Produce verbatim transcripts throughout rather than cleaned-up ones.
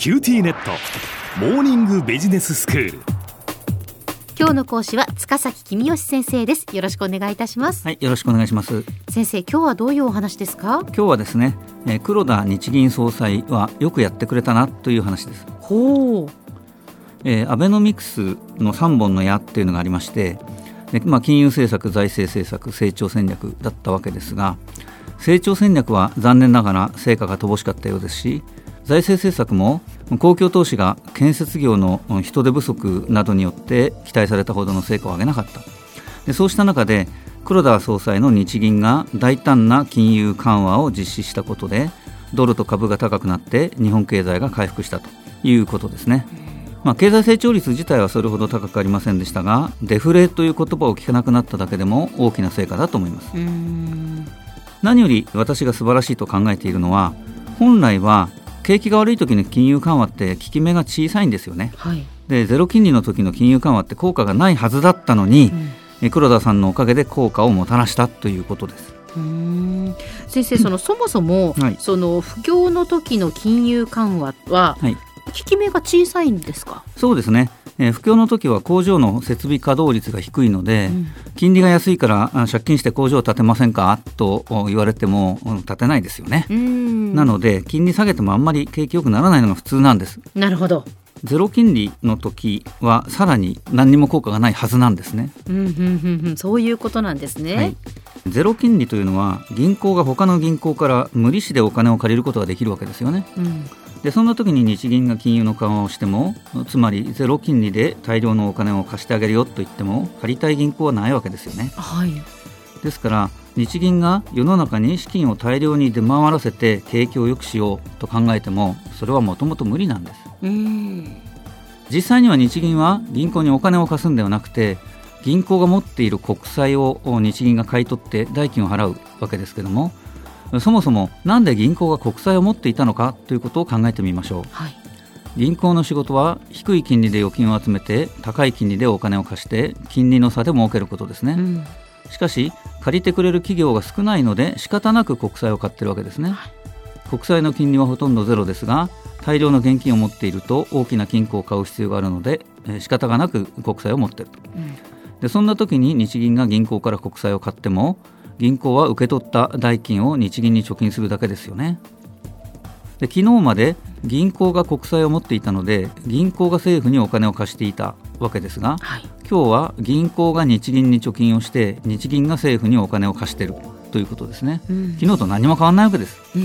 キューティーネットモーニングビジネススクール。 今日の講師は塚崎君吉先生です。よろしくお願いいたします。 はい、よろしくお願いします。 先生、今日はどういうお話ですか？ 今日はですね、えー、黒田日銀総裁はよくやってくれたなという話です。 ほう、 えー、アベノミクスのさんぼんの矢っていうのがありまして、でまあ、金融政策、財政政策、成長戦略だったわけですが、成長戦略は残念ながら成果が乏しかったようですし、財政政策も公共投資が建設業の人手不足などによって期待されたほどの成果を上げなかった。でそうした中で黒田総裁の日銀が大胆な金融緩和を実施したことでドルと株が高くなって日本経済が回復したということですね。まあ、経済成長率自体はそれほど高くありませんでしたが、デフレという言葉を聞かなくなっただけでも大きな成果だと思います。 うーん何より私が素晴らしいと考えているのは、本来は景気が悪い時の金融緩和って効き目が小さいんですよね。 はい、 でゼロ金利の時の金融緩和って効果がないはずだったのに、うん、黒田さんのおかげで効果をもたらしたということです。 うーん先生、そのそもそも、はい、その不況の時の金融緩和は、はい、効き目が小さいんですか？ そうですね、えー、不況の時は工場の設備稼働率が低いので、うん、金利が安いから借金して工場を建てませんかと言われても建てないですよね。うんなので金利下げてもあんまり景気良くならないのが普通なんです。 なるほど。 ゼロ金利の時はさらに何にも効果がないはずなんですね。 うんうんうんうん、そういうことなんですね。はい、 ゼロ金利というのは銀行が他の銀行から無利子でお金を借りることができるわけですよね。うんでそんな時に日銀が金融の緩和をしても、つまりゼロ金利で大量のお金を貸してあげるよと言っても借りたい銀行はないわけですよね。 はい、 ですから日銀が世の中に資金を大量に出回らせて景気を良くしようと考えてもそれはもともと無理なんです。 うーん実際には日銀は銀行にお金を貸すんではなくて、銀行が持っている国債を日銀が買い取って代金を払うわけですけども、そもそもなんで銀行が国債を持っていたのかということを考えてみましょう。 はい、 銀行の仕事は低い金利で預金を集めて高い金利でお金を貸して金利の差で儲けることですね。うん、しかし借りてくれる企業が少ないので仕方なく国債を買ってるわけですね。はい、国債の金利はほとんどゼロですが、大量の現金を持っていると大きな金庫を買う必要があるので、えー、仕方がなく国債を持っていると。うん、でそんな時に日銀が銀行から国債を買っても銀行は受け取った代金を日銀に貯金するだけですよね。で昨日まで銀行が国債を持っていたので銀行が政府にお金を貸していたわけですが、はい、今日は銀行が日銀に貯金をして日銀が政府にお金を貸しているということですね。うん、昨日と何も変わらないわけです。うん、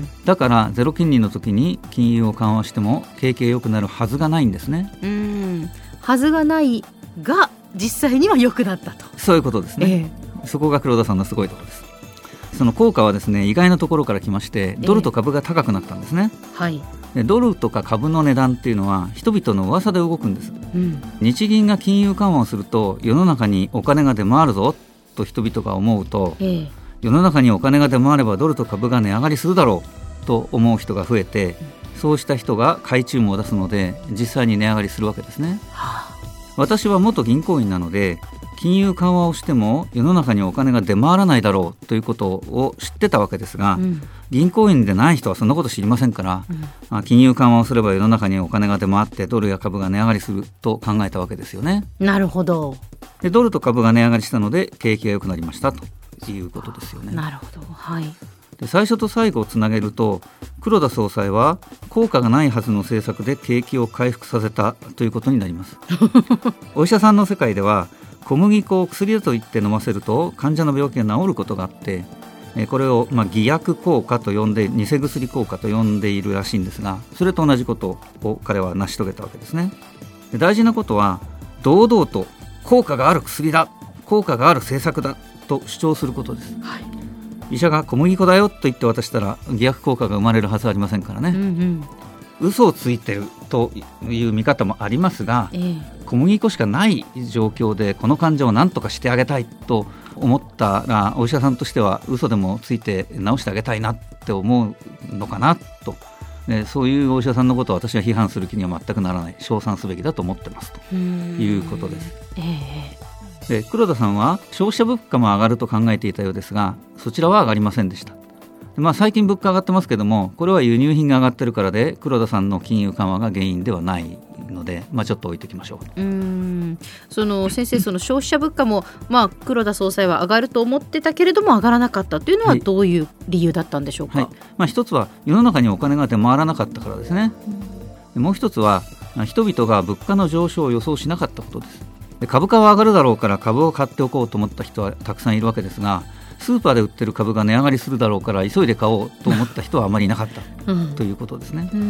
だからゼロ金利の時に金融を緩和しても景気が良くなるはずがないんですね。 うん、はずがないが実際には良くなったと。 そういうことですね。えーそこが黒田さんのすごいところです。その効果はですね、意外なところから来まして、ドルと株が高くなったんですね。 えーはい、 でドルとか株の値段っていうのは人々の噂で動くんです。うん、日銀が金融緩和をすると世の中にお金が出回るぞと人々が思うと、えー、世の中にお金が出回ればドルと株が値上がりするだろうと思う人が増えて、うん、そうした人が買い注文を出すので実際に値上がりするわけですね。はあ、私は元銀行員なので金融緩和をしても世の中にお金が出回らないだろうということを知ってたわけですが、うん、銀行員でない人はそんなこと知りませんから、うん、金融緩和をすれば世の中にお金が出回ってドルや株が値上がりすると考えたわけですよね。 なるほど。 でドルと株が値上がりしたので景気が良くなりましたということですよね。 なるほど、はい、 で最初と最後をつなげると黒田総裁は効果がないはずの政策で景気を回復させたということになりますお医者さんの世界では小麦粉を薬だと言って飲ませると患者の病気が治ることがあって、これをまあ偽薬効果と呼んで偽薬効果と呼んでいるらしいんですが、それと同じことを彼は成し遂げたわけですね。で大事なことは堂々と効果がある薬だ、効果がある政策だと主張することです。はい、医者が小麦粉だよと言って渡したら偽薬効果が生まれるはずはありませんからね。うんうん嘘をついてるという見方もありますが、えー、小麦粉しかない状況でこの患者を何とかしてあげたいと思ったらお医者さんとしては嘘でもついて治してあげたいなって思うのかなと、でそういうお医者さんのことを私は批判する気には全くならない、称賛すべきだと思ってますということです。えー、で黒田さんは消費者物価も上がると考えていたようですがそちらは上がりませんでした。 まあ、最近物価上がってますけども、これは輸入品が上がってるからで、黒田さんの金融緩和が原因ではないので、まあ、ちょっと置いておきましょう。 うーんその先生、その消費者物価も、まあ、黒田総裁は上がると思ってたけれども上がらなかったというのはどういう理由だったんでしょうか。 はいはい、まあ、一つは世の中にお金があって回らなかったからですね。うん、もう一つは人々が物価の上昇を予想しなかったことです。で株価は上がるだろうから株を買っておこうと思った人はたくさんいるわけですが、スーパーで売ってる株が値上がりするだろうから急いで買おうと思った人はあまりいなかった、うん、ということですね。うん、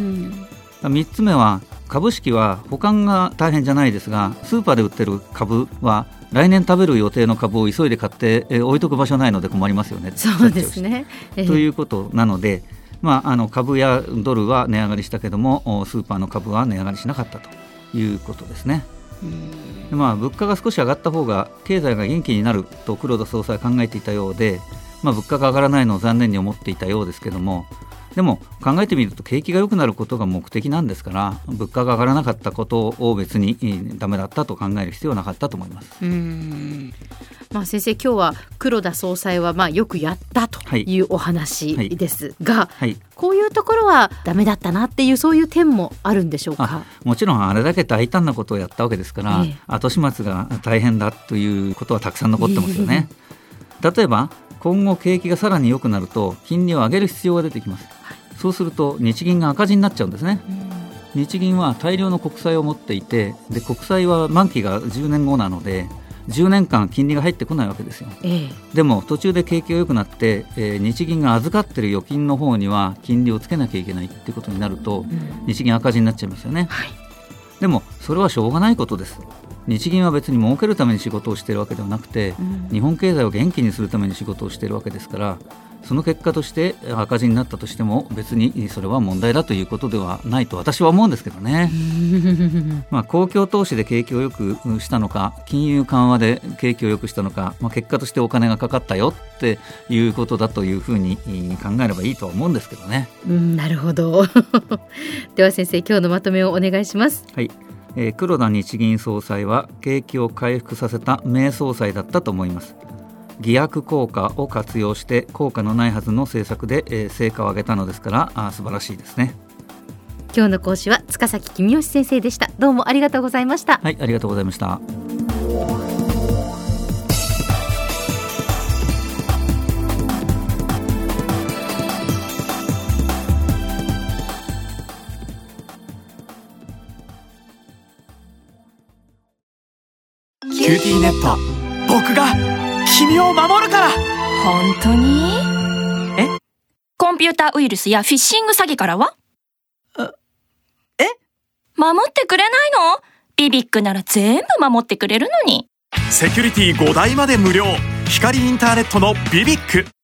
みっつめは株式は保管が大変じゃないですが、スーパーで売ってる株は来年食べる予定の株を急いで買ってえ置いとく場所ないので困りますよね。 そうですね、 えー、ということなので、まあ、あの株やドルは値上がりしたけどもスーパーの株は値上がりしなかったということですね。でまあ、物価が少し上がった方が経済が元気になると黒田総裁は考えていたようで、まあ、物価が上がらないのを残念に思っていたようですけども、でも考えてみると景気が良くなることが目的なんですから、物価が上がらなかったことを別にダメだったと考える必要はなかったと思います。 うーん、まあ、先生、今日は黒田総裁はまあよくやったというお話ですが、はいはいはい、こういうところはダメだったなっていう、そういう点もあるんでしょうか。 もちろんあれだけ大胆なことをやったわけですから、ええ、後始末が大変だということはたくさん残ってますよね。例えば今後景気がさらに良くなると金利を上げる必要が出てきます。そうすると日銀が赤字になっちゃうんですね。日銀は大量の国債を持っていて、で国債は満期がじゅうねんごなのでじゅうねんかん金利が入ってこないわけですよ。ええ、でも途中で景気が良くなって、えー、日銀が預かっている預金の方には金利をつけなきゃいけないっていうことになると、うん、日銀赤字になっちゃいますよね。はい、でもそれはしょうがないことです。日銀は別に儲けるために仕事をしているわけではなくて、うん、日本経済を元気にするために仕事をしているわけですから、その結果として赤字になったとしても別にそれは問題だということではないと私は思うんですけどね。まあ公共投資で景気を良くしたのか、金融緩和で景気を良くしたのか、まあ、結果としてお金がかかったよっていうことだというふうに考えればいいとは思うんですけどね。 うん、なるほど。では先生、今日のまとめをお願いします。 はい、えー、黒田日銀総裁は景気を回復させた名総裁だったと思います。偽薬効果を活用して効果のないはずの政策で、えー、成果を上げたのですから、あ素晴らしいですね。 今日の講師は塚崎公義先生でした。どうもありがとうございました。 はい、ありがとうございました。 キューティーネット、僕が君を守るから。 本当に？え？コンピューターウイルスやフィッシング詐欺からは？ え？ 守ってくれないの？ビビックなら全部守ってくれるのに。 セキュリティごだいまで無料。光インターネットのビビック。